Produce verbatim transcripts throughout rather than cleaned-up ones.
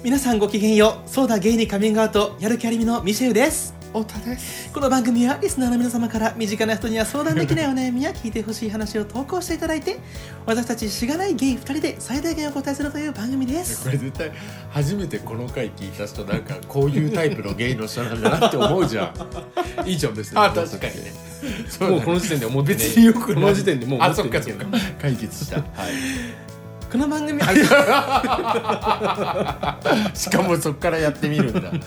皆さんごきげんよう。そうだゲイにカミングアウトやる気ありみのミシェルです。 太田です。 この番組はリスナーの皆様から身近な人には相談できないお悩みや聞いてほしい話を投稿していただいて、私たちしがないゲイふたりで最大限お答えするという番組です。 これ絶対初めてこの回聞いた人なんかこういうタイプのゲイの人なんだなって思うじゃん。 いいじゃん別に。 あ、確かにね。そうもうこの時点で思って、ね、 別によくない。 この時点でもう思ってあ、そっかそっか解決した。はい。 この番組しかもそっからやってみるんだ。はい、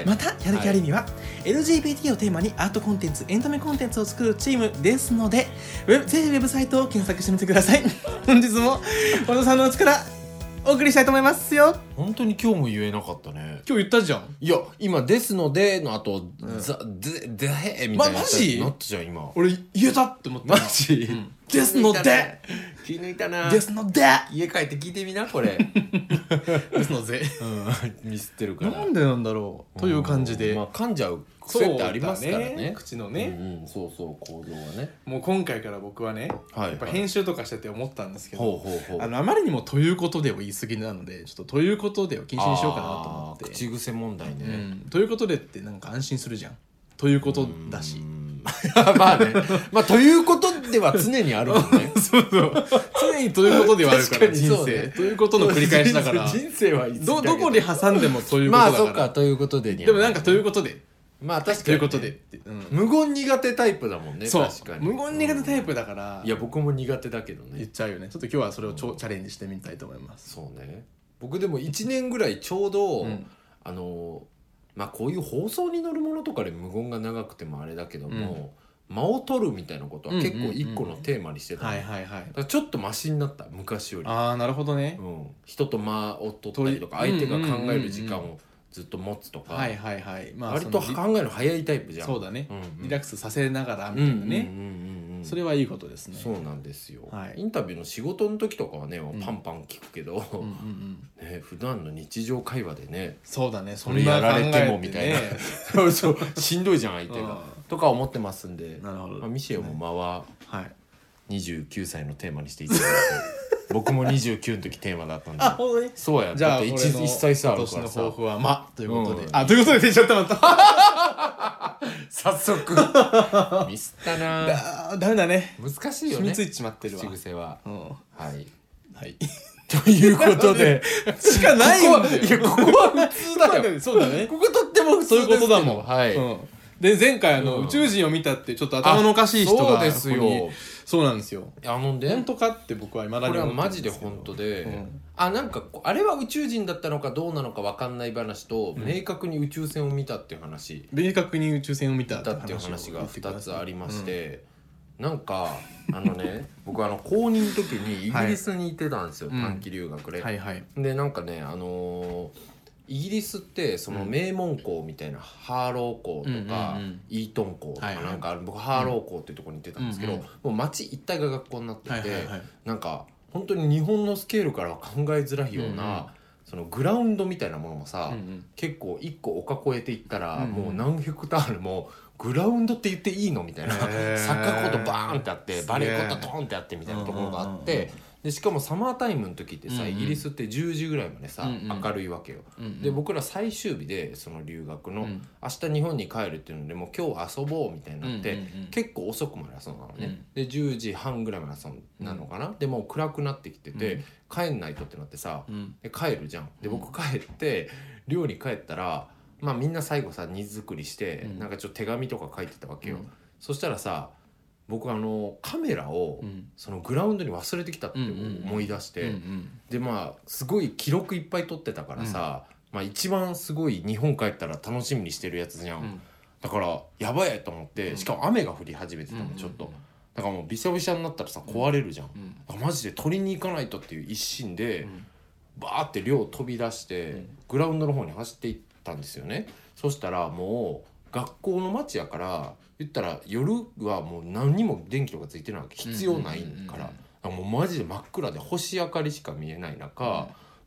またやる気ありみは、はい、エルジービーティー をテーマにアートコンテンツエンタメコンテンツを作るチームですので、ウェブぜひウェブサイトを検索してみてください。本日も小野さんのうちからお送りしたいと思いますよ。 本当に今日も言えなかったね。 今日言ったじゃん。 いや今ですのでの後、うん、ザででへみたいな、 ま、マジなったじゃん今。 俺言えたって思った。 マジ、うん、 ですので気抜いたな。 ですので家帰って聞いてみなこれ。 ですので、 うん、ミスってるから。 なんでなんだろうという感じで、 まあ噛んじゃう癖ってありますからね、 ね、口のね、 うんうん、そうそう構造はね。 もう今回から僕はね、はいはい、やっぱ編集とかしてて思ったんですけど、ほうほうほう、あのあまりにもということでを言い過ぎなので、ちょっとということでを禁止にしようかなと思って。 口癖問題ね、 うん、ということでってなんか安心するじゃん。ということだし、 まあね、まあということでは常にあるもんね。 そうそう、常にということではあるから人生、ね、ということの繰り返しだから。 人生はいつど, どこに挟んでもということだから。まあそっか、ということでに。 でもなんかということで、 まあ確かに、ね、 ということでって、うん、 無言苦手タイプだもんね。 そう、 確かに無言苦手タイプだから、 うん、いや僕も苦手だけどね。 言っちゃうよね。ちょっと今日はそれをちょ、うん、チャレンジしてみたいと思います。 そうね。僕でもいちねんぐらいちょうど、うん、あのまあこういう放送に乗るものとかで無言が長くてもあれだけども、うん、間を取るみたいなことは結構一個のテーマにしてた。ちょっとマシになった昔より。 ああなるほどね、 うん、人と間を取ったりとか相手が考える時間をずっと持つとか、 はいはいはい、まあ、 割と考えるの早いタイプじゃん。 そうだね、 うんうん、 リラックスさせながらみたいなね、それはいいことですね。 そうなんですよ、 はい、 インタビューの仕事の時とかはね、うん、パンパン聞くけど、うんうんうんね、普段の日常会話でね、 そうだね、 それやられてもみたいな、ね、そうそうしんどいじゃん相手が、うん、とか思ってますんで。なるほど、まあ、ミシェルも間はにじゅうきゅうさいのテーマにしていただいて僕もにじゅうきゅうの時テーマだったんで。 あ、本当に？ そうや。じゃあだって 1, 1歳差あるからさ。 今年の抱負はまということで、うん、あ、ということで出ちゃったまた早速ミスったな。 だダメだね、 難しいよね、 染みついちまってるわ口癖は、うん、はいはいということでしかないんだよ。 いやここは普通だよ。 そうだね、 こことっても普通ですけど、 そういうことだもん。 はい、うん、 で前回あの、うん、宇宙人を見たってちょっと頭のおかしい人が、 そうですよ。 そうなんですよ。 あのね、 本当かって僕は未だに思ってるんですけど、 これはマジで本当で、うん、あ、なんかあれは宇宙人だったのかどうなのか分かんない話と、うん、明確に宇宙船を見たっていう話、 明確に宇宙船を見たっていう話がふたつありまして、うん、なんかあのね僕あの高にの時にイギリスに行ってたんですよ、はい、短期留学で、うん、はいはい、でなんかねあのーイギリスってその名門校みたいな、うん、ハーロー校とか、うんうんうん、イートン校とかなんか、はいはい、僕ハーロー校っていうところに行ってたんですけど、うんうん、もう町一帯が学校になってて、はいはいはい、なんか本当に日本のスケールからは考えづらいような、うんうん、そのグラウンドみたいなものもさ、うんうん、結構一個丘越えていったら、うんうん、もう何ヘクタールもグラウンドって言っていいのみたいな、サッカーコートバーンってあってバレーコートドーンってあってみたいなところがあって、うんうんうんうん、でしかもサマータイムの時ってさ、うんうん、イギリスってじゅうじぐらいまでさ、うんうん、明るいわけよ、うんうん、で僕ら最終日でその留学の、うん、明日日本に帰るっていうのでもう今日遊ぼうみたいになって、うんうんうん、結構遅くまで遊んだのね、うん、でじゅうじはんぐらいまで遊んだのかな、うん、でもう暗くなってきてて、うん、帰んないとってなってさ、うん、で帰るじゃん。で僕帰って寮に帰ったらまあみんな最後さ荷造りして、うん、なんかちょっと手紙とか書いてたわけよ、うん、そしたらさ僕あのカメラをそのグラウンドに忘れてきたって思い出して、うんうん、でまあすごい記録いっぱい撮ってたからさ、うん、まあ一番すごい日本帰ったら楽しみにしてるやつじゃん、うん、だからやばいと思って、しかも雨が降り始めてたのちょっと、だからもうびしゃびしゃになったらさ壊れるじゃん、うん、マジで取りに行かないとっていう一心で、うん、バーって寮飛び出して、うん、グラウンドの方に走っていったんですよね。そしたらもう学校の街やから言ったら夜はもう何にも電気とかついてないわけ、必要ないから、もうマジで真っ暗で星明かりしか見えない中、うん、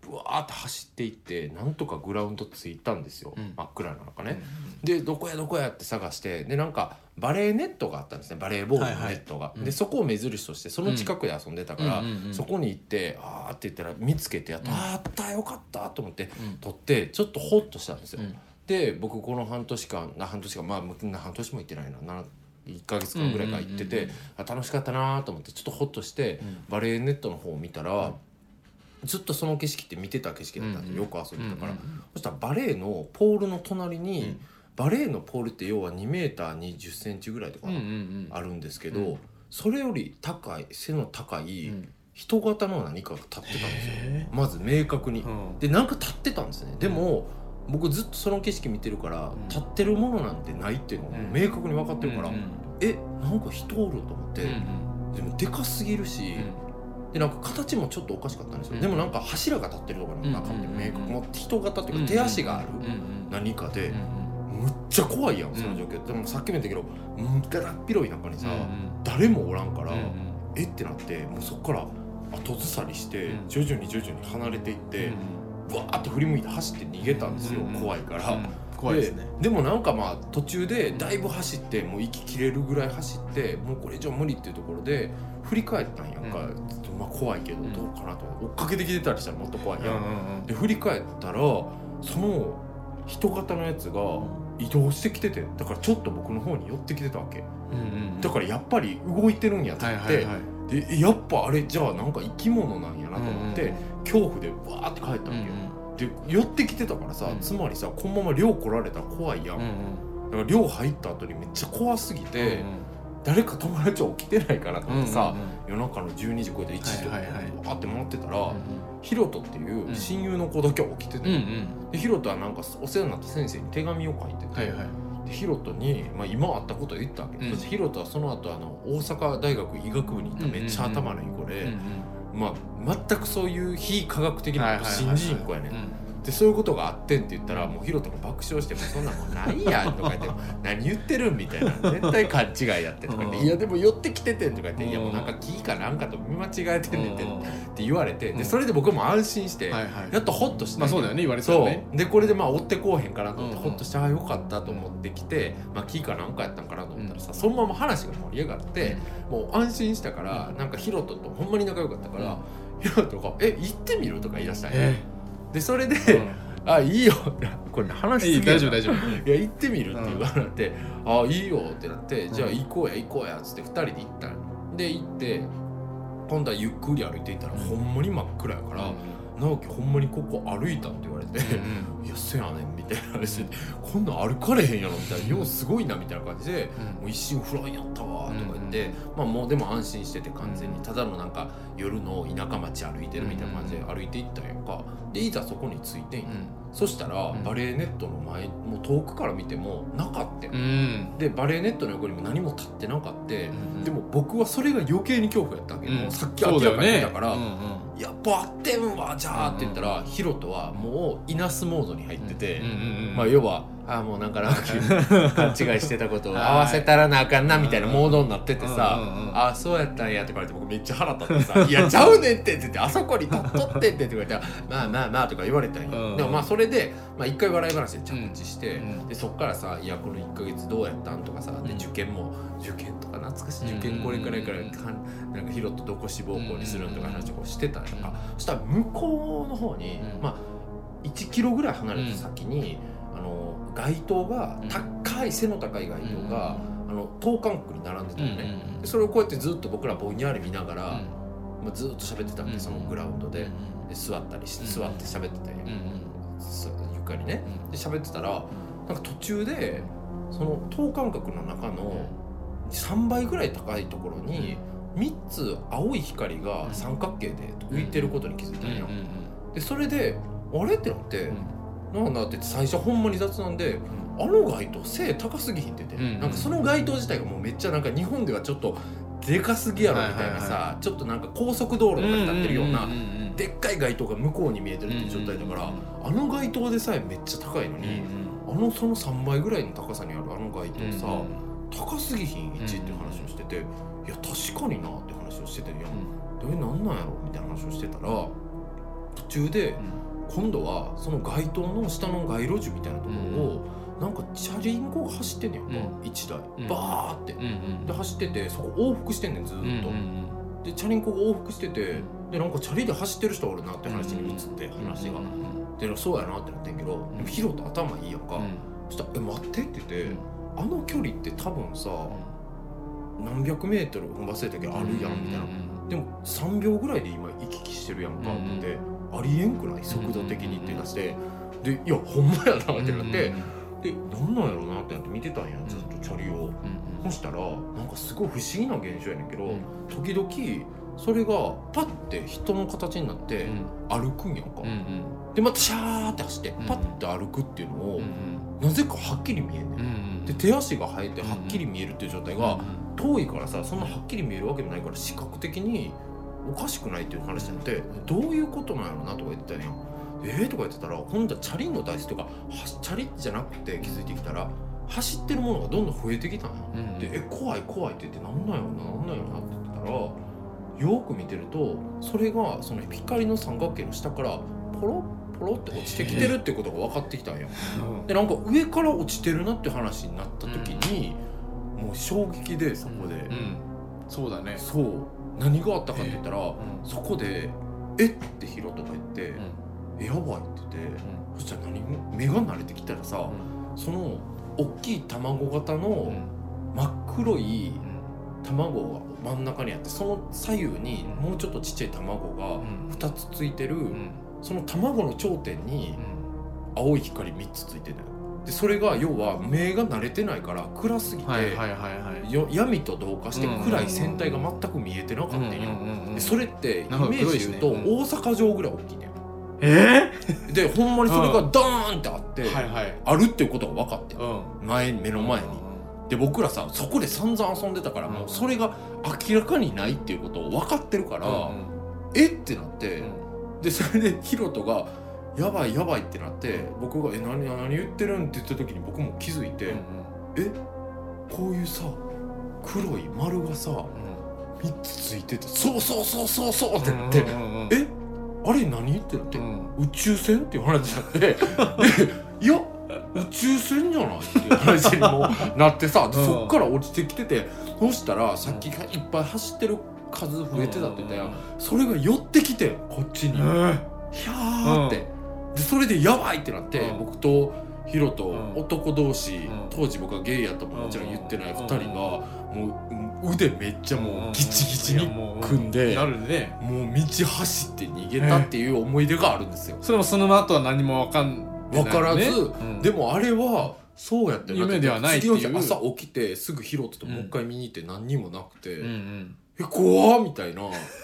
ブワーって走っていってなんとかグラウンド着いたんですよ、 うん、 真っ暗な中ね、うん、でどこやどこやって探してでなんかバレーネットがあったんですねバレーボールのネットが、はいはい、でそこを目印としてその近くで遊んでたから、うん、そこに行ってあーって言ったら見つけてやった、うん、あったよかったと思って、うん、撮ってちょっとホッとしたんですよ、うん、で僕この半年間半年間まあ半年も行ってないないっかげつかんぐらいから行ってて、うんうんうんうん、楽しかったなと思ってちょっとホッとして、うん、バレーネットの方を見たら、うんずっとその景色って見てた景色だったんですよ、よく遊んでたから、うんうん、そしたらバレーのポールの隣に、うん、バレーのポールって要はにメーターにじゅっセンチぐらいとかあるんですけど、うんうんうん、それより高い背の高い人型の何かが立ってたんですよ、まず明確に、うん、でなんか立ってたんですね、でも僕ずっとその景色見てるから、うん、立ってるものなんてないっていうのが明確に分かってるから、うんうん、えなんか人おると思って、うんうん、でもでかすぎるし、うんでなんか形もちょっとおかしかったんですよ、うん、でもなんか柱が立ってるとかなんか明確も人型っていうか手足がある何かでむっちゃ怖いやんその状況、うん、でもさっきも言ったけどだらっ広い中にさ、うん、誰もおらんから、うん、えってなってもうそこから後ずさりして徐々に徐々に離れていって、うん、わーって振り向いて走って逃げたんですよ、うん、怖いから、うん、 怖いですね。 で, でもなんかまあ途中でだいぶ走ってもう息切れるぐらい走ってもうこれ以上無理っていうところで振り返ったんやんか、うんまあ、怖いけどどうかなと、うん、追っかけてきてたりしたらもっと怖いやん、うんうんうん、で振り返ったらその人型のやつが移動してきててだからちょっと僕の方に寄ってきてたわけ、うんうんうん、だからやっぱり動いてるんやって、はいはいはい、でやっぱあれじゃあなんか生き物なんやなと思って、うんうん、恐怖でわーって帰ったわけよ、うんうん、で寄ってきてたからさ、うん、つまりさこのまま寮来られたら怖いやん、うんうん、だから寮入った後にめっちゃ怖すぎて、うんうん誰か友達は起きてないかなと思ってさ、うんうんうん、夜中のじゅうにじ超えていちじとかバーって回ってたら、うんうん、ヒロトっていう親友の子だけは起きてて、うんうん、でヒロトはなんかお世話になった先生に手紙を書いてて、はいはい、でヒロトに、まあ、今あったことを言ったわけ、うん、そしてヒロトはその後あの大阪大学医学部に行っためっちゃ頭のいい子で、うんうんうんまあ、全くそういう非科学的なこと信じん子やねん、はいはいはいはいうんでそういうことがあってんって言ったらもうヒロトが爆笑してもそんなもんないやんとか言って何言ってるんみたいな絶対勘違いやってとか言っていやでも寄ってきててんとか言っていやもうなんか木かなんかと見間違えてんねんてって言われてでそれで僕も安心してやっとホッとしてまあそうだよね言われてたよねでこれでまあ追ってこうへんかなと思ってホッとしてああよかったと思ってきてまあ木かなんかやったんかなと思ったらさそのまま話が盛り上がってもう安心したからなんかヒロトとほんまに仲良かったからヒロトがえ行ってみるとか言い出したんやでそれであいいよこれ話しすぎやな大丈夫大丈夫いや行ってみるって言われて、うん、あいいよってなってじゃあ行こうや行こうやっつってふたりで行ったんで行って今度はゆっくり歩いていったら、うん、ほんまに真っ暗やから、うん直樹ほんまにここ歩いたんって言われて、うん、いやせやねんみたいな話でこんなん歩かれへんやろみたいなようすごいなみたいな感じで、うん、もう一瞬不安やったわとか言って、うんまあ、もうでも安心してて完全にただのなんか夜の田舎町歩いてるみたいな感じで歩いていったんやんかでいざそこに着いてんや、うん、そしたら、うん、バレーネットの前もう遠くから見てもなかったん、うん、でバレーネットの横にも何も立ってなかった、うん、でも僕はそれが余計に恐怖やったわけ、うん、さっき明らかに見たから、ねうんうん、やっぱあってんわじゃあって言ったら、うん、ヒロトはもうイナスモードに入ってて、うんうんうん、まあ要はあもうなんかなんか勘違いしてたことを合わせたらなあかんなみたいなモードになっててさ、うんうんうん、あそうやったんやって言われて僕めっちゃ腹立ってさいやちゃうねんってって言ってあそこに取っとってってって言われてまあまあまあとか言われたんや、うん、でもまあそれでまあ一回笑い話で着地して、うん、でそっからさいやこのいっかげつどうやったんとかさで受験も受験とか懐かしい受験これからいからなんかヒロトどこ志望校にするんとか話をしてたんやんか、うん、そしたら向こうの方に、うん、まあいちキロぐらい離れた先に、うん、あの街灯が高い背の高い街灯が、うん、あの等間隔に並んでたよね、うん、でそれをこうやってずっと僕らぼんやり見ながら、うんまあ、ずっと喋ってたんでそのグラウンドで、で座ったりして座って喋ってたよ、うん、床にねで喋ってたらなんか途中でその等間隔の中のさんばいぐらい高いところにみっつ青い光が三角形で浮いてることに気づいたんよ。でそれであれってなって、うん、なんだって最初ほんまに雑談で、うん、あの街灯背高すぎひんって言って、うん、なんかその街灯自体がもうめっちゃなんか日本ではちょっとでかすぎやろみたいなさ、はいはいはい、ちょっとなんか高速道路とかに立ってるようなでっかい街灯が向こうに見えてるっていう状態だから、あの街灯でさえめっちゃ高いのに、あのそのさんばいぐらいの高さにあるあの街灯さ、高すぎひんいちっていう話をしてて、いや確かになって話をしてて、いや、うん、どれなんなんやろみたいな話をしてたら、 途中で、うん、今度はその街灯の下の街路樹みたいなところを、うん、なんかチャリンコが走ってんねんか、うん、いちだい、うん、バーって、うんうん、で走っててそこ往復してんねんずっと、うんうん、でチャリンコが往復してて、うん、でなんかチャリで走ってる人おるなって話に移って話が、うん、でそうやなってなってんけど、でもヒロト頭いいやんか、うん、そしたら「え待って」って言って、うん、あの距離って多分さ、うん、何百メートル忘れたけどあるやんみたいな、うん、でもさんびょうぐらいで今行き来してるやんかって言って、うん、ありえんくない速度的にって言い出して、でいやほんまやなってなって、うん、でなんなんやろうなってなって見てたんやずっとチャリを、うん、そしたらなんかすごい不思議な現象やねんけど、うん、時々それがパッて人の形になって歩くんやんか、うんうん、でまたシャーって走ってパッて歩くっていうのを、うんうん、なぜかはっきり見えんねん、うんうん、で手足が生えてはっきり見えるっていう状態が、遠いからさそんなはっきり見えるわけもないから視覚的におかしくないっていう話になって、どういうことなんやろなとか言ってたんやん。えーとか言ってたら今度はチャリの台数とかチャリじゃなくて気づいてきたら走ってるものがどんどん増えてきたんや、うん、でえ怖い怖いって言ってなんなんやろななんなんやろなって言ってたら、よく見てるとそれがその光の三角形の下からポロポロって落ちてきてるってことが分かってきたんや、うん、でなんか上から落ちてるなって話になった時に、うん、もう衝撃でそこで、うんうん、 そうだねそう何があったかって言ったら、うん、そこでえってヒロとか言って、うんえやばいって言って、うん、そしたら何目が慣れてきたらさ、うん、その大きい卵型の真っ黒い卵が真ん中にあって、その左右にもうちょっとちっちゃい卵がふたつついてる、うん、その卵の頂点に青い光みっつついてる。でそれが要は目が慣れてないから暗すぎて、はいはいはいはい、闇と同化して暗い船体が全く見えてなかったんや、うんうん、それってイメージで言うと大阪城ぐらい大きいねん。 えー、でほんまにそれがドーンってあって、うんはいはい、あるっていうことが分かって、うん、前目の前に、うん、で僕らさそこで散々遊んでたから、うん、もうそれが明らかにないっていうことを分かってるから、うん、えってなって、うん、でそれでヒロトがやばいやばいってなって僕がえ何何言ってるんって言った時に僕も気づいて、うん、えこういうさ黒い丸がさ、うん、みっつついててそうそうそうそうそうってなって、うんうんうん、えあれ何ってなって、うん、宇宙船っていう話になってでいや宇宙船じゃないっていう話にもなってさ、でそっから落ちてきてて、そしたらさっきいっぱい走ってる数増えてたって言ったやん、それが寄ってきてこっちに、うん、ひゃーって、うん、でそれでやばいってなって、うん、僕とヒロと男同士、うん、当時僕はゲイやったももちろん言ってないふたりがもう腕めっちゃもうギチギチに組んで、 なるね、 もう道走って逃げたっていう思い出があるんですよ。 それもその後は何も分かんない、ね、 分からず、うん、でもあれはそうやってなって夢ではないっていう。 次の日朝起きてすぐヒロともう一回見に行って何にもなくて、うんうん、え怖っみたいな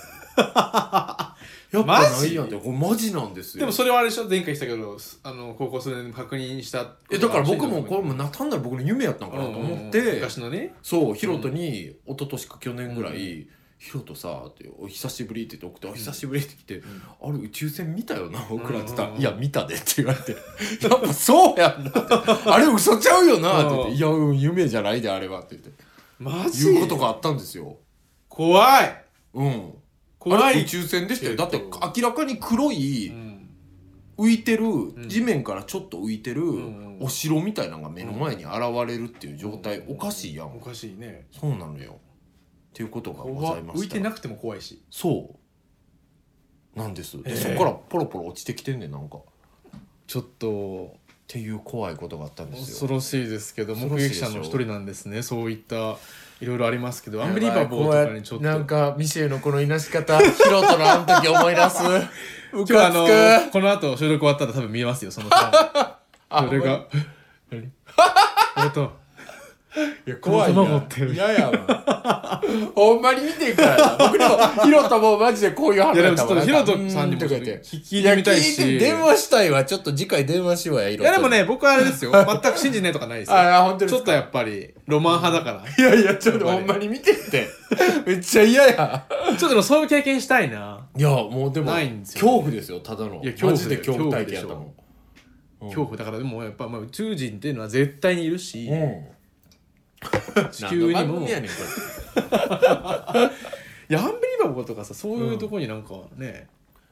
やっぱないやんって、これマジなんですよ。 でもそれはあれでしょ、前回言ったけどあの高校数年確認したえだから僕もこれもな単なる僕の夢やったんかなと思って、うんうんうん、 昔のねそうヒロトに一昨年か去年ぐらい、うん、ヒロトさってお久しぶりって言って送って、お久しぶりって来て、うん、あれ宇宙船見たよな僕らって言ったら、うんうんうん、いや見たでって言われてやっぱそうやんなってあれ嘘ちゃうよなって言って、いやうん夢じゃないであれはって言ってマジいうことがあったんですよ。 怖い。 うん怖い宇宙船でしたよ。だって明らかに黒い、うん、浮いてる、うん、地面からちょっと浮いてる、うん、お城みたいなのが目の前に現れるっていう状態、うん、おかしいやん。 おかしいね。 そうなのよっていうことがございました。 浮いてなくても怖いし。 そうなんです。で、えー、そこからポロポロ落ちてきてんねんなんかちょっとっていう怖いことがあったんですよ。 恐ろしいですけど目撃者の一人なんですね。そういったいろいろありますけど、アンビリバボーとかにちょっとなんかミシェルのこのいなし方ヒロトのあの時思い出す今日あのこの後収録終わったら多分見えますよそのそれが何えっといや怖いな嫌やわほんまに見てるから僕でもヒロトもマジでこういう話だったもん。いやでもちょっとヒロトさんにも聞いてみたいし、いや電話したいわ。ちょっと次回電話しようや。 いやでもね僕はあれですよ全く信じねえとかないですよ。 あ本当ですか。 ちょっとやっぱりロマン派だから。 いやいやちょっとほんまに見てってめっちゃ嫌や。 ちょっとでもそういう経験したいな。 いやもうでもないんですよ、ね、 恐怖ですよただの。いやマジで恐怖体験やったもん。 恐怖だからでもやっぱまあ宇宙人っていうのは絶対にいるし、うん地球にもいやアンビリバボーとかさそういうとこになんかね、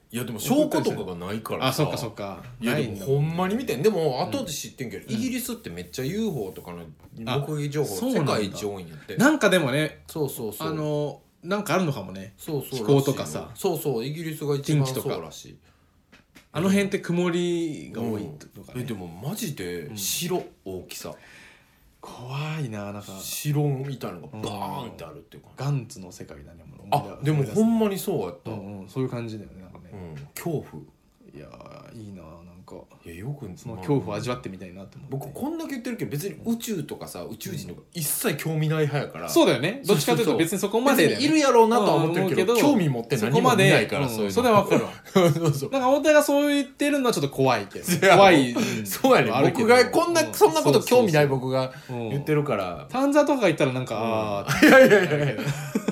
いやでも証拠とかがないからさ。あ、そっかそっか。 いやでもほんまに見てん。でも後で知ってんけど、うん、イギリスってめっちゃ ユーフォー とかの目撃情報世界一多いんやって。 なんかでもね、 そうそうそう、 あのなんかあるのかもね。 そうそう、 気候とかさ。 そうそう、イギリスが一番そうらしい。 あの辺って曇りが多いとかね、 うん、えでもマジで白、うん、大きさ怖いな。なんか白みたいなのがバーンってあるっていうか、 ガンツの世界だね。 あでもほんまにそうやった、 うんうん、そういう感じだよね。なんかね、 うん、恐怖。 いやいいな。なんかいやよくその恐怖を味わってみたいなと思って。 僕こんだけ言ってるけど別に宇宙とかさ、宇宙人とか一切興味ない派やから、 そうだよね。どっちかというと別にそこまでいるやろうなとは思ってるけど、興味持って何も見ないから、そういうの。 それは分かるわ。そうそう。なんか大手がそう言ってるのはちょっと怖いけど。怖い。 そうやね。僕がこんなそんなこと興味ない僕が言ってるから。 丹沢とか言ったらなんか、 いやいやいやいや。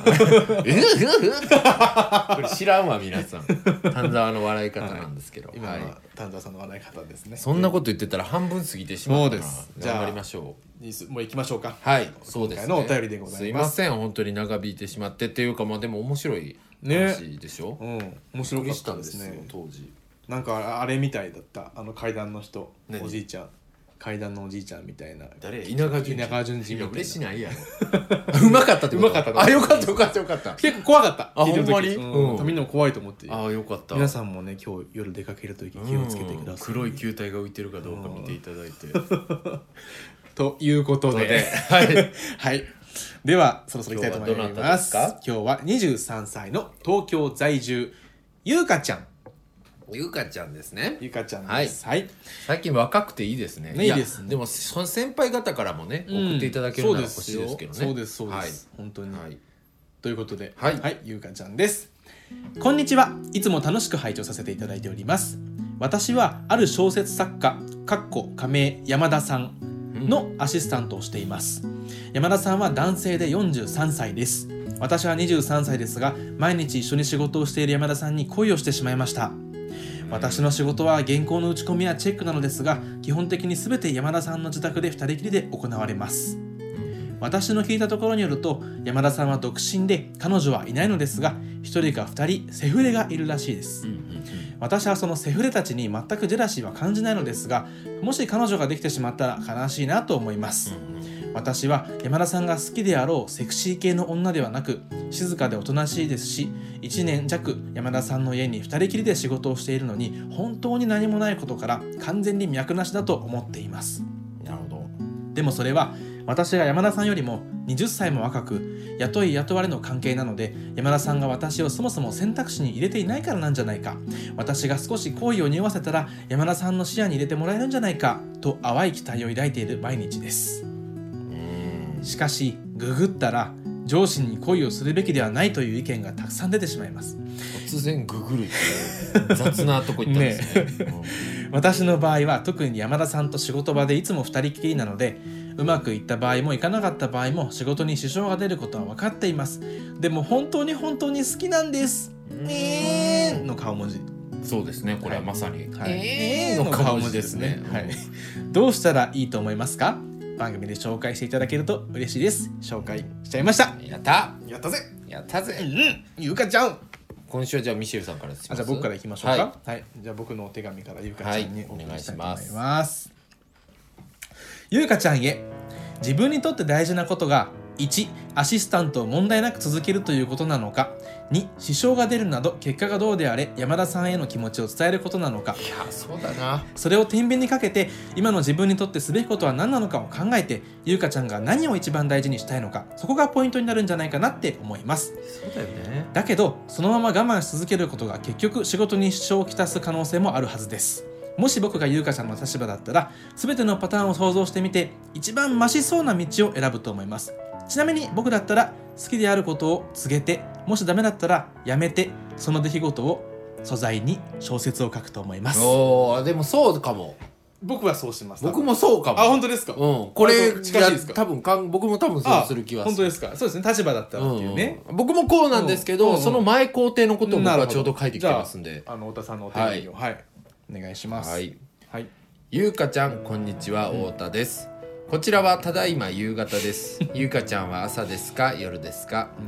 これ知らんわ皆さん。丹沢の笑い方なんですけど。 今は丹沢さんの笑い方ですね。 そんなこと言ってたら半分過ぎてしまうから。 そうです。 頑張りましょう。もう行きましょうか。 はい、そうですね。 今回のお便りでございます。 すいません本当に長引いてしまってっていうか、まあでも面白い話でしょ。 うん、面白かったですね。 当時。なんかあれみたいだった。あの階段の人、おじいちゃん。階段のおじいちゃんみたいな。 誰？稲川淳二。 稲川淳二みたいな。 嬉しないやろ。うまかったってこと。 うまかった。 あ、よかったよかったよかった。 結構怖かった。 あ、ほんまに？ うん。みんなも怖いと思って。 あ、よかった。 皆さんもね、今日夜出かけるとき気をつけてください。 黒い球体が浮いてるかどうか見ていただいて。 ということで、はい。はい。では、そろそろ行きたいと思います。今日はにじゅうさんさいの東京在住、ゆうかちゃん。 ゆうかちゃんですね。 ゆうかちゃんです。はい。 最近若くていいですね。 いいですね。 でもその先輩方からもね、送っていただけるのは欲しいですけどね。 そうですそうです。本当に。ということで、はい、ゆうかちゃんです。こんにちは。いつも楽しく拝聴させていただいております。私はある小説作家、かっこ仮名山田さんのアシスタントをしています。山田さんは男性でよんじゅうさんさいです。私はにじゅうさんさいですが、毎日一緒に仕事をしている山田さんに恋をしてしまいました。私の仕事は原稿の打ち込みやチェックなのですが、基本的に全て山田さんの自宅でふたりきりで行われます。私の聞いたところによると、山田さんは独身で彼女はいないのですが、ひとりかふたりセフレがいるらしいです。私はそのセフレたちに全くジェラシーは感じないのですが、もし彼女ができてしまったら悲しいなと思います。私は山田さんが好きであろうセクシー系の女ではなく、静かでおとなしいですし、いちねん弱山田さんの家にふたりきりで仕事をしているのに、本当に何もないことから完全に脈なしだと思っています。 なるほど。 でもそれは私が山田さんよりもはたちも若く、雇い雇われの関係なので、山田さんが私をそもそも選択肢に入れていないからなんじゃないか、私が少し好意を匂わせたら山田さんの視野に入れてもらえるんじゃないかと淡い期待を抱いている毎日です。しかしググったら、上司に恋をするべきではないという意見がたくさん出てしまいます。 突然ググるっていう雑なとこ行ったんですね。ねうん、私の場合は特に山田さんと仕事場でいつもふたりきりなので、うまくいった場合もいかなかった場合も仕事に支障が出ることは分かっています。でも本当に本当に好きなんです。えーの顔文字。 そうですね、これはまさに、 はい、えーの顔文字ですね。はい、どうしたらいいと思いますか？番組で紹介していただけると嬉しいです。紹介しちゃいました。 やったやったぜやったぜ、 うん、ゆうかちゃん。 今週はじゃあミシェルさんからです。 あ、じゃあ僕からいきましょうか。はい、はい、じゃあ僕のお手紙からゆうかちゃんにお願いしたいと思います。ゆうかちゃんへ。自分にとって大事なことが、いちアシスタントを問題なく続けるということなのか、に支障が出るなど結果がどうであれ山田さんへの気持ちを伝えることなのか。 いや、そうだな。 それを天秤にかけて、今の自分にとってすべきことは何なのかを考えて、ゆうかちゃんが何を一番大事にしたいのか、そこがポイントになるんじゃないかなって思います。 そうだよね。 だけどそのまま我慢し続けることが結局仕事に支障をきたす可能性もあるはずです。もし僕がゆうかちゃんの立場だったら、全てのパターンを想像してみて一番マシそうな道を選ぶと思います。ちなみに僕だったら、好きであることを告げて、もしダメだったらやめて、その出来事を素材に小説を書くと思います。 おー、でもそうかも。 僕はそうします。 僕もそうかも。 あ、本当ですか？ うん。これ近しいですか？ 多分かん僕も多分そうする気はする。 本当ですか？そうですね。立場だったらっていうね。 うんうん、僕もこうなんですけど、うんうん、その前工程のことを僕はちょうど書いてきてますんで。 あの太田さんのお手紙を、はい、はい、お願いします。 はい。 はい。 ゆうかちゃん、こんにちは、太田です。こちらはただいま夕方です。ゆうかちゃんは朝ですか夜ですか？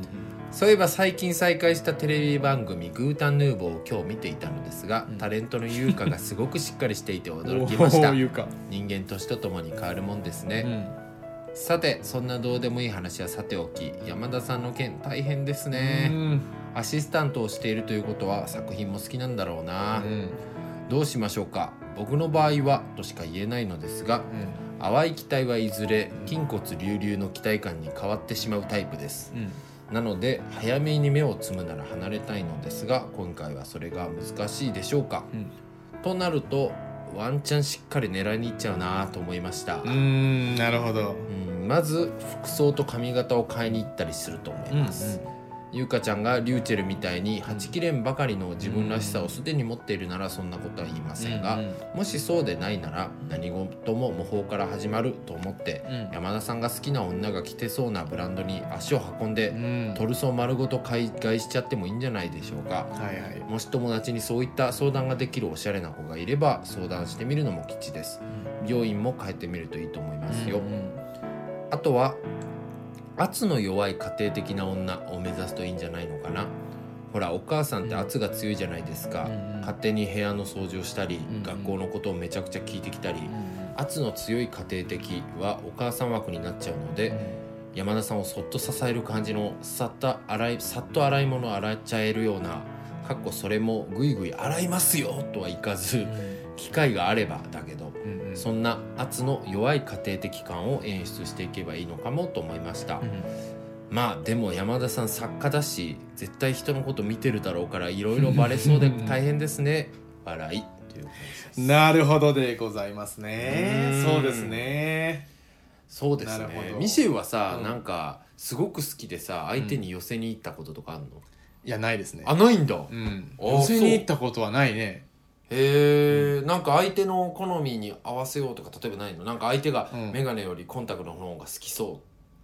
そういえば最近再開したテレビ番組グータンヌーボーを今日見ていたのですが、うん、タレントの優香がすごくしっかりしていて驚きました人間年とともに変わるもんですね、うん、さてそんなどうでもいい話はさておき、山田さんの件大変ですね、うん、アシスタントをしているということは作品も好きなんだろうな、うん、どうしましょうか。僕の場合はとしか言えないのですが、うん、淡い期待はいずれ筋骨隆々の期待感に変わってしまうタイプです、うんなので早めに目をつむなら離れたいのですが、今回はそれが難しいでしょうか、うん、となるとワンチャンしっかり狙いに行っちゃうなと思いました。うーんなるほど、 うん、まず服装と髪型を変えに行ったりすると思います、うんうん、ゆうかちゃんがリューチェルみたいにはちきれんばかりの自分らしさをすでに持っているならそんなことは言いませんが、うんうん、もしそうでないなら何事も模倣から始まると思って、うん、山田さんが好きな女が着てそうなブランドに足を運んで、うん、トルソー丸ごと買い買いしちゃってもいいんじゃないでしょうか、はいはい、もし友達にそういった相談ができるおしゃれな子がいれば相談してみるのも吉です、うん、美容院も変えてみるといいと思いますよ、うんうん、あとは圧の弱い家庭的な女を目指すといいんじゃないのかな。ほらお母さんって圧が強いじゃないですか、うん、勝手に部屋の掃除をしたり、うん、学校のことをめちゃくちゃ聞いてきたり、うん、圧の強い家庭的はお母さん枠になっちゃうので、うん、山田さんをそっと支える感じのさっと洗い、さっと洗い物を洗っちゃえるようなかっこそれもぐいぐい洗いますよとはいかず、うん、機会があればだけど、うんうん、そんな圧の弱い家庭的感を演出していけばいいのかもと思いました、うん、まあでも山田さん作家だし絶対人のこと見てるだろうからいろいろバレそうで大変ですね笑いという感じです。 なるほどでございますね。そうですねそうですね。ミシェルはさ、うん、なんかすごく好きでさ相手に寄せに行ったこととかあるの？ いやないですね。 あないんだ、 うん、寄せに行ったことはないね。 へえ、うん、なんか相手の好みに合わせようとか例えばないの？なんか相手がメガネよりコンタクトの方が好きそう、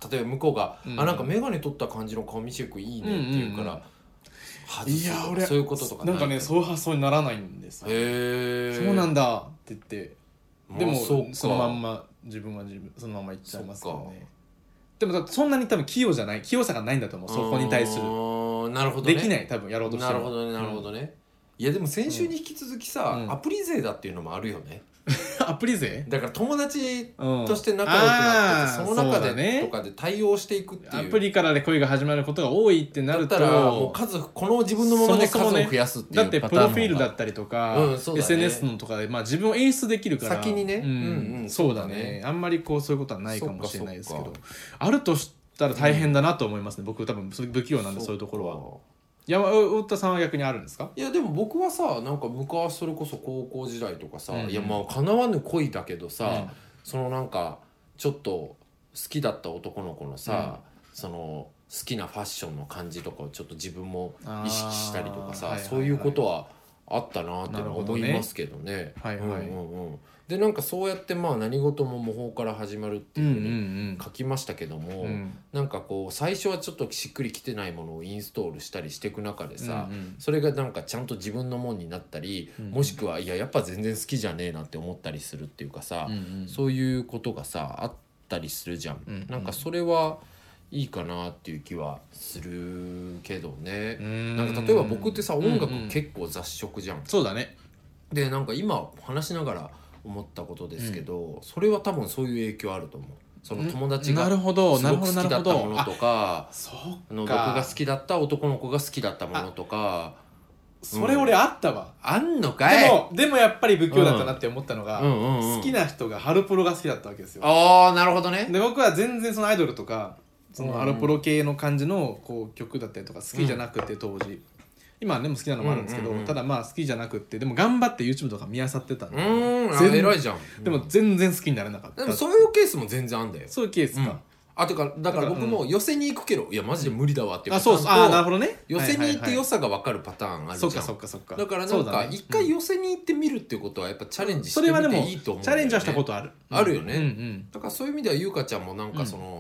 例えば向こうが、うん、あなんかメガネ取った感じの顔見せてくいいねって言うから、うんうんうん、いや俺そういうこととかなんかねそういう発想にならないんですよ。へえ、そうなんだって言ってでも そ, そのまんま自分は自分そのまま言っちゃいますよね。でもだそんなに多分器用じゃない器用さがないんだと思う、そこに対する。なるほど、ね、できない多分やろうとしてる。なるほどねなるほどね、うん、 いやでも先週に引き続きさ、うん、アプリ勢だっていうのもあるよねアプリ勢だから友達として仲良くなってて、うん、その中で、ね、とかで対応していくっていうアプリからで恋が始まることが多いってなるとだったらもう数この自分のもので数を増やすっていうパターンの、ね、 だってプロフィールだったりとか、うんね、エスエヌエス のとかで、まあ、自分を演出できるから先にね、 うんうんうん、そうだねあんまりこうそういうことはないかもしれないですけどあるとしたら大変だなと思いますね、うん、僕多分不器用なんでそういうところは。山太田さんは逆にあるんですか？ いやでも僕はさなんか昔それこそ高校時代とかさ、うんうん、いやまあ叶わぬ恋だけどさ、うん、そのなんかちょっと好きだった男の子のさ、うん、その好きなファッションの感じとかをちょっと自分も意識したりとかさ、はいはいはい、そういうことはあったなって思いますけどね。はいはい、うんうんうんでなんかそうやってまあ何事も模倣から始まるっていうふうに書きましたけども、うんうんうん、なんかこう最初はちょっとしっくりきてないものをインストールしたりしていく中でさ、うんうん、それがなんかちゃんと自分のもんになったり、うんうん、もしくはいややっぱ全然好きじゃねえなって思ったりするっていうかさ、うんうん、そういうことがさあったりするじゃん、うんうん、なんかそれはいいかなっていう気はするけどね。なんか例えば僕ってさ音楽結構雑食じゃん、うんうん、 そうだね。 でなんか今話しながら思ったことですけど、うん、それは多分そういう影響あると思う。その友達がすごく好きだったものとか、あの僕が好きだった男の子が好きだったものとか、 それ俺あったわ、 うん、あんのかい。 でもでもやっぱり不器用だったなって思ったのが、うんうんうんうん、好きな人がハロプロが好きだったわけですよ。 ああなるほどね。 で僕は全然そのアイドルとかそのハロプロ系の感じのこう曲だったりとか好きじゃなくて当時、うん今でも好きなのもあるんですけど、うんうんうん、ただまあ好きじゃなくってでも頑張って YouTube とか見漁ってたんで、 うんあ偉いじゃん、 うん、でも全然好きになれなかった。 でもそういうケースも全然あんだよ。 そういうケースか、うん、 あてかだから僕も寄せに行くけど、うん、いやマジで無理だわっていうパターンと、うん、あそうあなるほどね寄せに行って良さが分かるパターンあるじゃん、はいはいはい、そっかそっかそっか。だからなんか一回寄せに行ってみるっていうことはやっぱチャレンジしてみていいと思う、ね、 チャレンジはしたことある、 あるよね、 うんうん、 だからそういう意味ではゆうかちゃんもなんかその、うん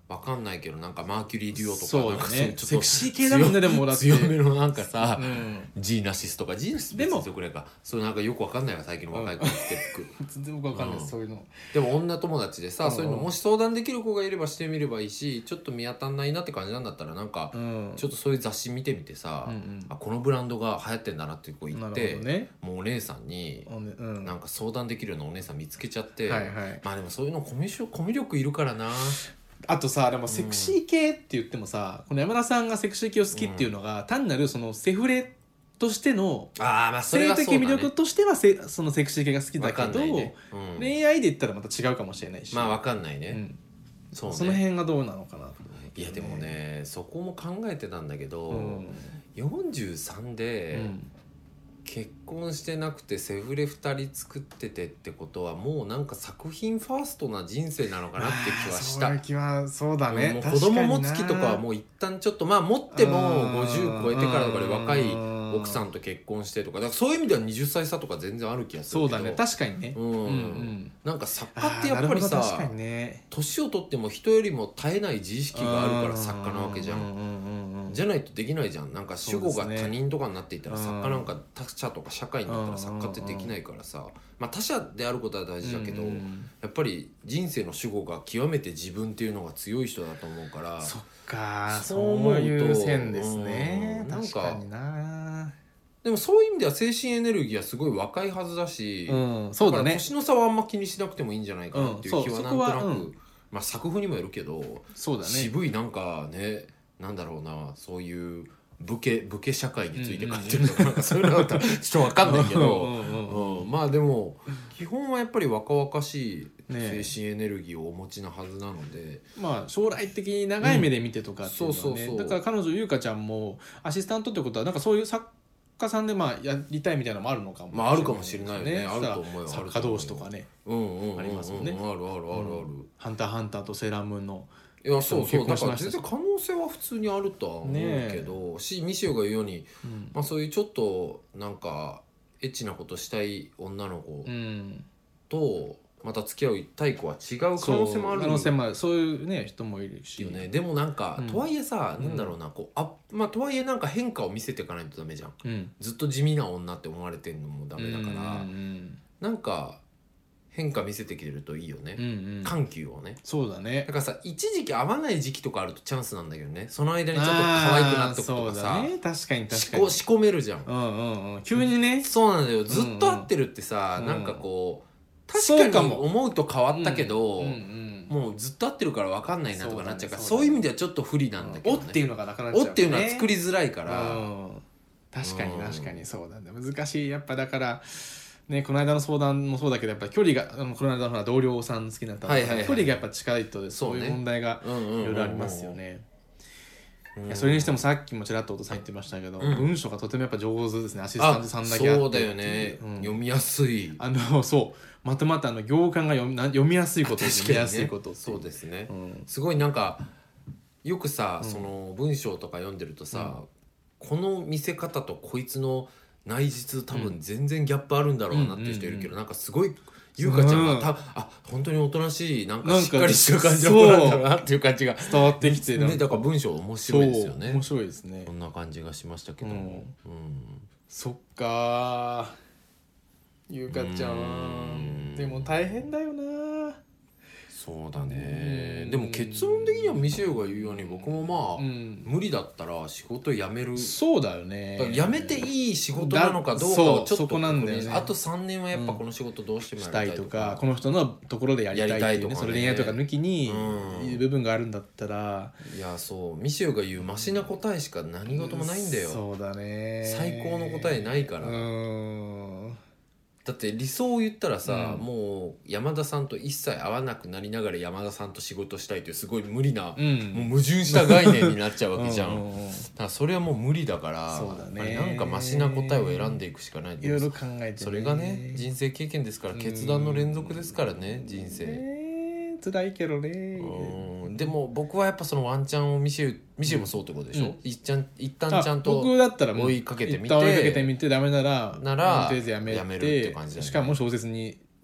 わかんないけどなんかマーキュリーデュオとかそうだねなんかそうちょっとセクシー系だもんねでもだって強めのなんかさ、 うん、 ジーナシスとかジーナシス別にくれかそうなんかよくわかんないわ最近の若い子着てる服、 うん、全然僕わかんないです、うん、そういうのでも女友達でさ、うん、そういうのもし相談できる子がいればしてみればいいしちょっと見当たんないなって感じなんだったらなんか、うん、ちょっとそういう雑誌見てみてさ、うんうん、あこのブランドが流行ってんだなってこう言って、ね、もうお姉さんに、うん、なんか相談できるようなお姉さん見つけちゃって、はいはい、まあでもそういうのコミュ、コミュ力いるからな。 あとさでもセクシー系って言ってもさ、うん、この山田さんがセクシー系を好きっていうのが、うん、単なるそのセフレとしての性的魅力としてはせそのセクシー系が好きだけど、ねうん、恋愛で言ったらまた違うかもしれないしまあ分かんないね、うん、 そうねその辺がどうなのかなと、ね、 いやでもねそこも考えてたんだけど、うん、よんじゅうさんで、うん結婚してなくてセフレふたり作っててってことはもうなんか作品ファーストな人生なのかなって気はした。 そういう気はそうだね。 もう子供持つ気とかはもう一旦ちょっとまあ持ってもごじゅう超えてからとかで若い奥さんと結婚してとかだからそういう意味でははたち差とか全然ある気がするけど。 そうだね確かにね、うんうんうん、 なんか作家ってやっぱりさ年、ね、を取っても人よりも絶えない自意識があるから作家なわけじゃん、うんうんうんうん、じゃないとできないじゃん。なんか主語が他人とかになっていったら作家なんか他者とか社会になったら作家ってできないからさ、まあ他者であることは大事だけど、うんうん、やっぱり人生の主語が極めて自分っていうのが強い人だと思うからそっかそう思うとそういう線ですね、うん、確かにな。 でもそういう意味では精神エネルギーはすごい若いはずだし、うん、そうだね、だから年の差はあんま気にしなくてもいいんじゃないかなっていう気はなんとなく、うん、まあ作風にもよるけどそうだね渋いなんかねなんだろうなそういう武家武家社会について書いてるとか、うんうん、なんかそういうのだったらちょっと分かんないけどうん、うん、まあでも基本はやっぱり若々しい精神エネルギーをお持ちなはずなので、ね、 まあ将来的に長い目で見てとかっていうのはね、うん、そうそうそうだから彼女優香ちゃんもアシスタントってことはなんかそういう作家さんでまあやりたいみたいなのもあるのかもしれない、ね、まああるかもしれないよね。あると思うよ。作家同士とかね、うんうんうん、ありますよね。 あるあるあるある、うん、 ハンターハンターとセーラームーンのいやそうそうだから全然可能性は普通にあるとは思うけど、ね、しミシオが言うように、うんまあ、そういうちょっとなんかエッチなことしたい女の子とまた付き合いたい子は違う可能性もある。 可能性もある。そういうね人もいるしよね。でもなんか、うん、とはいえさ、なんだろうなこうあまあとはいえなんか変化を見せていかないとダメじゃん、うん、ずっと地味な女って思われてんのもダメだから、うんうんうん、なんか変化見せてきてるといいよね、うんうん、緩急をね。 そうだね。 だからさ一時期合わない時期とかあるとチャンスなんだけどね。その間にちょっと可愛くなっとくとかさ、 そうだね、確かに確かに仕込めるじゃん、 うんうんうん、急にね。 そうなんだよ。ずっと会ってるってさ、うんうん、なんかこう確かに思うと変わったけど、うんうんうん、もうずっと会ってるから分かんないなとかなっちゃうから、そう、ねそうね、そういう意味ではちょっと不利なんだけどね。 おっていうのがなくなっちゃう、ね、 おっていうのは作りづらいから、うん、 確かに確かにそうなんだ。難しい。やっぱだからね、この間の相談もそうだけどやっぱり距離がこの間の同僚さん好きになったので、はいはいはい、距離がやっぱ近いとそういう問題がいろいろありますよね。いやそれにしてもさっきもちらっとお父さん言ってましたけど、うん、文章がとてもやっぱ上手ですね。アシスタントさんだけあって。 そうだよね、うん、読みやすい。 あのそうまたまたあの行間が読み読みやすいこと、ね、読みやすいことそうですね、うん、すごいなんかよくさ、うん、その文章とか読んでるとさ、うん、この見せ方とこいつの内実多分全然ギャップあるんだろうなっていう人いるけど、うんうんうん、なんかすごい優香ちゃんはたあ本当におとなしいなんかしっかりしてる感じの子なんだろうなっていう感じが伝わってきてね。だから文章面白いですよね。 面白いですね。 こんな感じがしましたけども、うんうん、 そっか優香ちゃんでも大変だよな。 そうだね。でも結論的にはミシェルが言うように僕もまあ、うん、無理だったら仕事辞める。 そうだよね。 辞めていい仕事なのかどうかをちょっとそこなんだよね。あとさんねんはやっぱこの仕事どうしてもやりたいとか、うん、したいとかこの人のところでやりたいっていうね、それ恋愛とか抜きにいう部分があるんだったら、 うん、いやそうミシェルが言うマシな答えしか何事もないんだよ、 うん、そうだね。 最高の答えないから。うんだって理想を言ったらさ、うん、もう山田さんと一切会わなくなりながら山田さんと仕事したいというすごい無理な、うん、もう矛盾した概念になっちゃうわけじゃん。うんうんうん、だからそれはもう無理だから、そうだね、なんかマシな答えを選んでいくしかない。 いろいろ考えて、ね、 それがね人生経験ですから、決断の連続ですからね、人生。 辛いけどね。 うんでも僕はやっぱそのワンチャンをミシェルミシェルもそうってことでしょ、うん、一ちゃん一旦ちゃんと僕だったら追いかけてみて追いかけてみてダメならならとりあえずやめて、やめるって感じだね。しかも小説に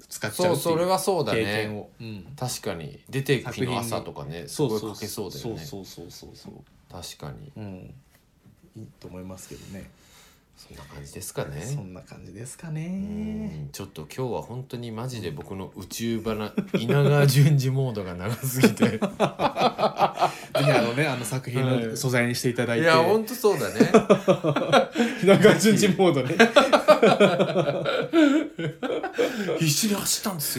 使っちゃうっていうそうそれはそうだね経験を、うん、 確かに出ていく日の朝とかねすごいかけそうだよね。 そうそうそうそうそう確かに、 うん、いいと思いますけどね。 そんな感じですかね。 そんな感じですかね。 うんちょっと今日は本当にマジで僕の宇宙花稲川淳二モードが長すぎてぜひあのねあの作品の素材にしていただいて、 いや本当そうだね稲川淳二モードね必死に走ったんですよ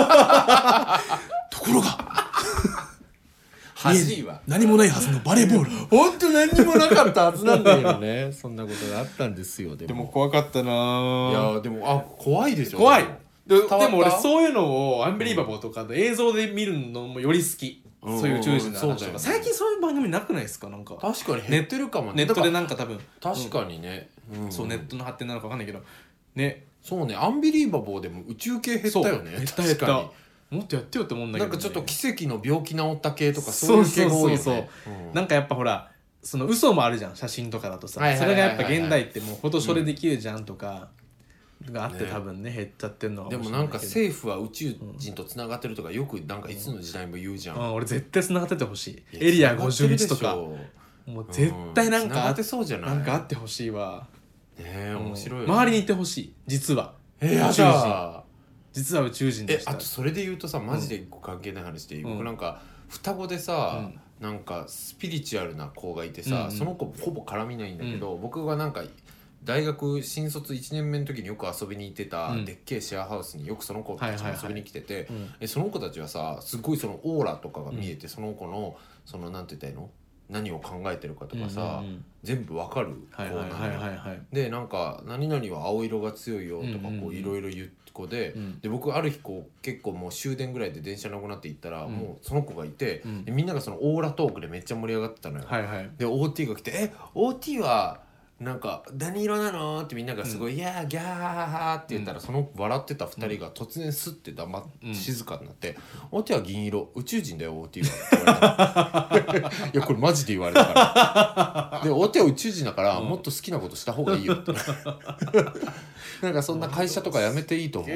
ところが走りは何もないはずのバレーボール本当何にもなかったはずなんだけどねそんなことがあったんですよ。でも、 でも怖かったな。 いやでもあ怖いでしょ。 怖いで, でも俺うそういうのをアンビリーバボーとかの映像で見るのもより好き、うん、そういう宇宙人の話とか、 そうだよね、 最近そういう番組なくないですか。なんか確かに減ってるかもね。 ネットでなんか多分確かにね、 うん、そうネットの発展なのか分かんないけどね。 そうねアンビリーバボーでも宇宙系減ったよね。 減った減ったもっとやってよって思うんだけど、ね、 なんかちょっと奇跡の病気治った系とかそういう系が多いよね。 そうそうそうそう、うん、なんかやっぱほらその嘘もあるじゃん写真とかだとさ、それがやっぱ現代ってもうフォトショーでできるじゃんとかがあって、多分ね減っちゃってるのかもしれないけど。でもなんか政府は宇宙人とつながってるとかよくなんかいつの時代も言うじゃん、 うんうん、俺絶対つながっててほしい。エリアごじゅういちとかもう絶対なんかあってそうじゃない、なんかあってほしいわねえ面白いよ、 ね、周りにいてほしい実は。 えー、宇宙人実は宇宙人でした。 えあとそれで言うとさマジで関係ない話で、うん、僕なんか双子でさ、うん、なんかスピリチュアルな子がいてさ、うんうん、その子ほぼ絡みないんだけど、うん、僕がなんか大学新卒いちねんめの時によく遊びに行ってた、うん、でっけえシェアハウスによくその子たちが遊びに来てて、はいはいはい、えその子たちはさすごいそのオーラとかが見えて、うん、その子のそのなんて言ったらいいの何を考えてるかとかさ、うんうんうん、全部わかる子なのよ。でなんか何々は青色が強いよとかこういろいろ言う子で、うん、で僕ある日こう結構もう終電ぐらいで電車なくなって行ったら、うん、もうその子がいて、うん、でみんながそのオーラトークでめっちゃ盛り上がってたのよ、はいはい、で オーティー が来てえ オーティー はなんか何色なのってみんながすごい、うん、いやーギャーって言ったら、うん、その笑ってたふたりが突然スッて黙って、うん、静かになって、うん、オーティー は銀色宇宙人だよ オーティー はって言われたいやこれマジで言われたからでオーティー は宇宙人だから、うん、もっと好きなことした方がいいよってなんかそんな会社とか辞めていいと思うって、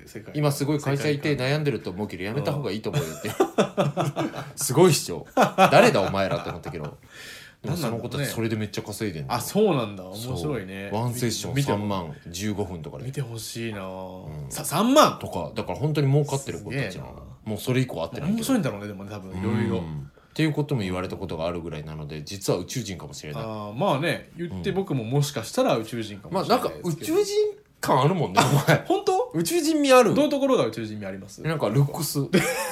今すごい会社いて悩んでると思うけど辞めた方がいいと思うよってすごい主張誰だお前らって思ったけどでもその子たちそれでめっちゃ稼いでんの。あそうなんだ面白いね。ワンセッションさんまんじゅうごふんとかで見てほしいな、うん、ささんまんとかだから本当に儲かってる子たちなの。もうそれ以降会ってないけど面白いんだろうね。でもね多分いろいろっていうことも言われたことがあるぐらいなので実は宇宙人かもしれない。あまあね言って僕ももしかしたら宇宙人かもしれないですけど、まあなんか宇宙人感あるもんねお前本当宇宙人味ある。どういうところが宇宙人味あります？なんかルックス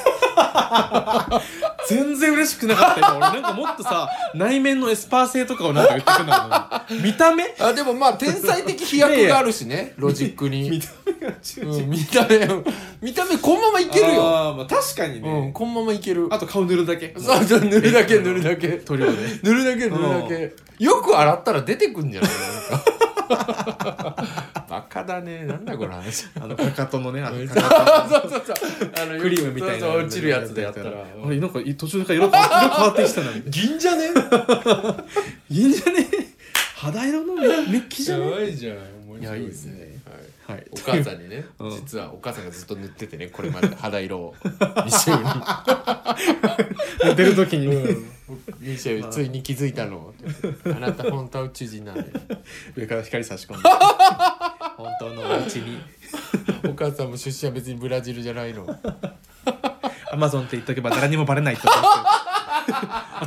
全然嬉しくなかったよ俺。なんかもっとさ内面のエスパー性とかをなんか言ってくるのに見た目あでもまあ天才的飛躍があるしねロジックに見た目が宇宙人、うん、見た目見た目このままいけるよ。あ、まあ、確かにね、うん、このままいける。あと顔塗るだけそうそう塗るだけ塗るだけ塗料で塗るだけ塗るだけよく洗ったら出てくんじゃないなんかバカだね。なんだこの話。あのかかとのね、あのかかとそうそうそうあのクリームみたいな落ちるやつでやったら、あれなんか途中で色変わってきたな。銀じゃね？銀じゃね？肌色のメッキじゃね？やばいじゃん。いやいいですね。はい。お母さんにね、実はお母さんがずっと塗っててね、これまで肌色をに週に塗ってる時にね。に週ついに気づいたの。あなた本当は宇宙人なんだよ。上から光差し込んで。本当のお家に。お母さんも出身は別にブラジルじゃないの。アマゾンって言っとけば誰にもバレないと思って。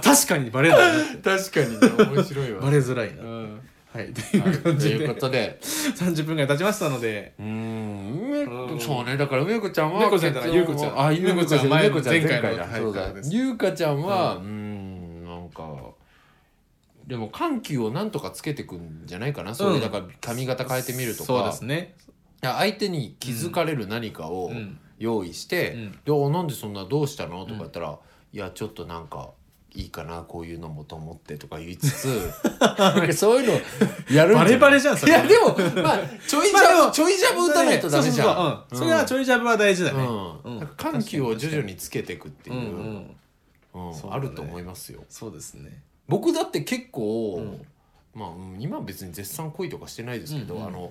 確かにバレない。確かにね面白いわ。バレづらいな。うんはい、という感じで、はい、ということでさんじゅっぷんぐらい経ちましたので、うーん、うん、そうね。だから梅子ちゃんは梅子ちゃんだからゆうこちゃん、あ、ゆうこちゃん前回のだ、そうだ。ゆうかちゃんは、うん、うーん、なんかでも緩急をなんとかつけてくんじゃないかな。うん、そういうだから髪型変えてみるとか、そうですね。相手に気づかれる何かを用意して、うんうん、で、お、なんでそんなどうしたのとか言ったら、うん、いやちょっとなんか。いいかなこういうのもと思ってとか言いつつそういうのやるんじゃないバレバレじゃんそれ。いやでもまあちょいジャブちょいジャブ打たないとダメじゃん。そうそうそう、うん、それはちょいジャブは大事だね。うんうん、緩急を徐々につけていくっていう、うんうんうん、あると思いますよ。そうですね。僕だって結構、うん、まあ今は別に絶賛恋とかしてないですけど、うんうん、あの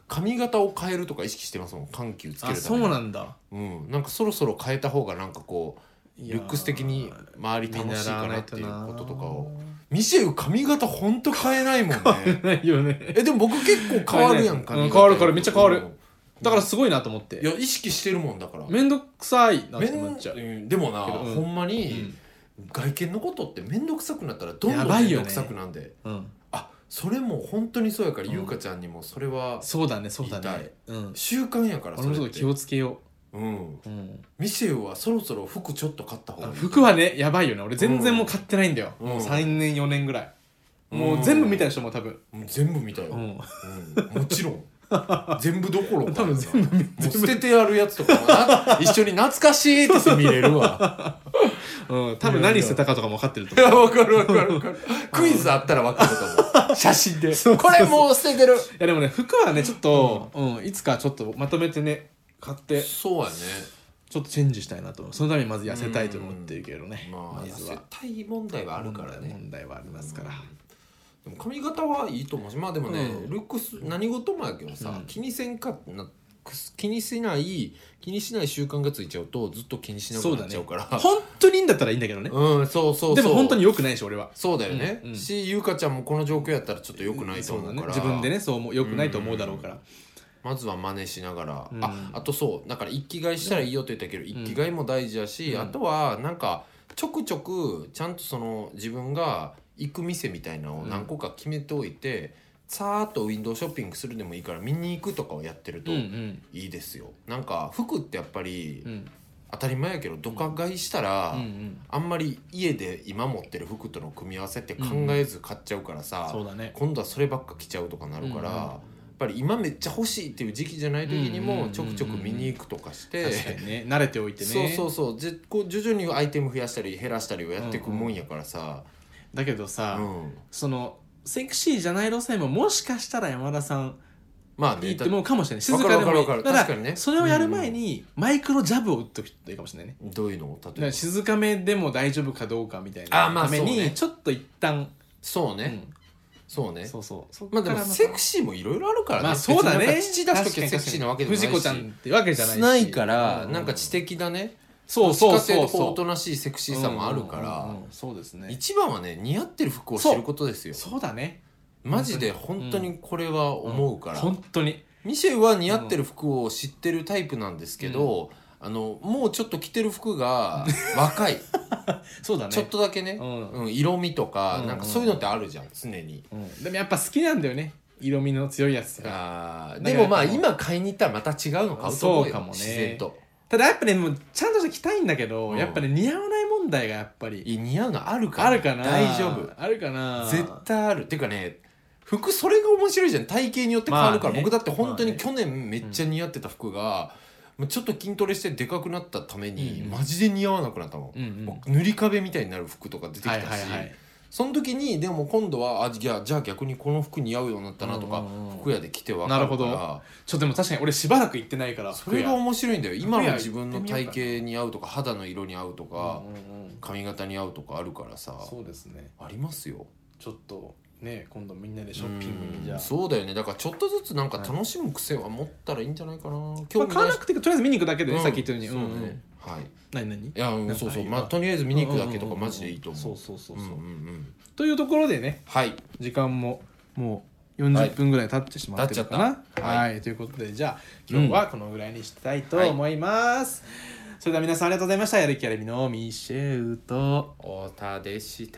髪型を変えるとか意識してますもん、緩急つけるために。あ、 そうなんだ。 うん、なんかそろそろ変えた方がなんかこうルックス的に周り楽しいかなっていうこととかを。ミシェル髪型ほんと変えないもんね。 変えないよね。 えでも僕結構変わるやん、髪型。 変わるからめっちゃ変わる。だからすごいなと思って。 いや意識してるもんだから。 めんどくさいなって思っちゃう。 でもな、ほんまに外見のことってめんどくさくなったらどんどんめんどくさくなんで。あ、それも本当にそうやから、ゆうかちゃんにもそれはそうだね、そうだね。 習慣やから。 それって気をつけよう。うん、ミシェルはそろそろ服ちょっと買った方がいい。 服はねやばいよね。俺全然もう買ってないんだよ。もうさんねんよねんぐらい。もう全部見たでしょ。もう多分全部見たよ。もちろん全部どころか多分全部もう捨ててやるやつとかもな一緒に懐かしいって見れるわ。 うん、多分何捨てたかとかも分かってると思う。 いや分かる分かる分かる。クイズあったら分かると思う。写真でこれもう捨ててる。いやでもね服はねちょっと、うん、いつかちょっとまとめてね買って、 そうやね、 ちょっとチェンジしたいなと。そのためにまず痩せたいと思ってるけどね。 まあ痩せたい問題はあるからね。 問題はありますから。 でも髪型はいいと思うし、まあでもね、うん、ルックス何事もやけどさ、うん、気にせんかな気にしない気にしない習慣がついちゃうとずっと気にしなくなっちゃうから。 そうだね、本当にいいんだったらいいんだけどね。 うん、そうそうそう。 でも本当に良くないし俺は。 そうだよね。うんうん、しゆうかちゃんもこの状況やったらちょっと良くないと思うから。 うん、そうだね、自分でねそう良くないと思うだろうから。うん、 まずは真似しながら、うん、ああとそうだから一気買いしたらいいよって言ったけど、うん、一気買いも大事だし、うん、あとはなんかちょくちょくちゃんとその自分が行く店みたいなのを何個か決めておいて、うん、さーっとウィンドウショッピングするでもいいから見に行くとかをやってるといいですよ。うんうん、なんか服ってやっぱり、うん、当たり前やけどドカ買いしたら、うんうん、あんまり家で今持ってる服との組み合わせって考えず買っちゃうからさ、うんうんね、今度はそればっか着ちゃうとかなるから、うんうん、やっぱり今めっちゃ欲しいっていう時期じゃない時にもちょくちょく見に行くとかして、 確かにね慣れておいてね。 そうそうそうじこう徐々にアイテム増やしたり減らしたりをやっていくもんやからさ、うんうん、 だけどさ、うん、そのセクシーじゃない路線ももしかしたら山田さんまあね、 いいって思うかもしれない。静かでもいい。だからね、それをやる前にマイクロジャブを打っとくといいかもしれないね。 どういうの？例えば静かめでも大丈夫かどうかみたいなためにちょっと一旦そうね、うん、そうね。 そうそう。 まあでもセクシーもいろいろあるからね。 まあそうだね。 父出しときセクシーなわけじゃないし、 藤子ちゃんってわけじゃないし。 ないからなんか知的だね。 そうそうそうそう。おとなしいセクシーさもあるから。 そうですね。 一番はね似合ってる服を知ることですよ。 そうだね。 マジで本当にこれは思うから。 本当に。 ミシェルは似合ってる服を知ってるタイプなんですけど、うん、あのもうちょっと着てる服が若いそうだね、 ちょっとだけね、うんうん、色味とか、うん、なんかそういうのってあるじゃん常に、 うん、でもやっぱ好きなんだよね色味の強いやつが。あでもまあ今買いに行ったらまた違うの買うと思うよ。そうかもね、自然と。 ただやっぱねもうちゃんとして着たいんだけど、うん、やっぱね似合わない問題がやっぱりい似合うのあるから、 あるかな大丈夫あるかな絶対ある。っていうかね服それが面白いじゃん。体型によって変わるから、まあね、僕だって本当に去年めっちゃ似合ってた服が、うん、ちょっと筋トレしてでかくなったために、うん、マジで似合わなくなったの、うんうん、もう塗り壁みたいになる服とか出てきたし、はいはいはい、その時にでも今度はあじゃあじゃあ逆にこの服似合うようになったなとか、うんうん、服屋で着て分かるから。なるほど。 ちょっとでも確かに俺しばらく行ってないからそれが面白いんだよ。今の自分の体型に合うとか肌の色に合うとか、うんうんうん、髪型に合うとかあるからさ。 そうですねありますよ。 ちょっとね今度みんなでショッピングにじゃあそうだよね。だからちょっとずつなんか楽しむ癖は持ったらいいんじゃないかな、はい、 まあ、買わなくてとりあえず見に行くだけでね、うん、さっき言ったようにそうね、うんうん、はい何何いや、うん、そうそうまあとりあえず見に行くだけとかマジでいいと思う。 そうそうそうそう、うんうんうん、というところでね、 はい、 時間ももうよんじゅっぷんぐらい経ってしまってるかな、はい、 はいはい、ということでじゃあ今日はこのぐらいにしたいと思います、うんはい、それでは皆さんありがとうございました。やる気ありみのミシェルと太田でした。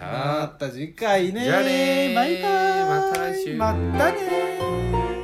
また次回ね。 じゃあねバイバイ。 また来週。 またね。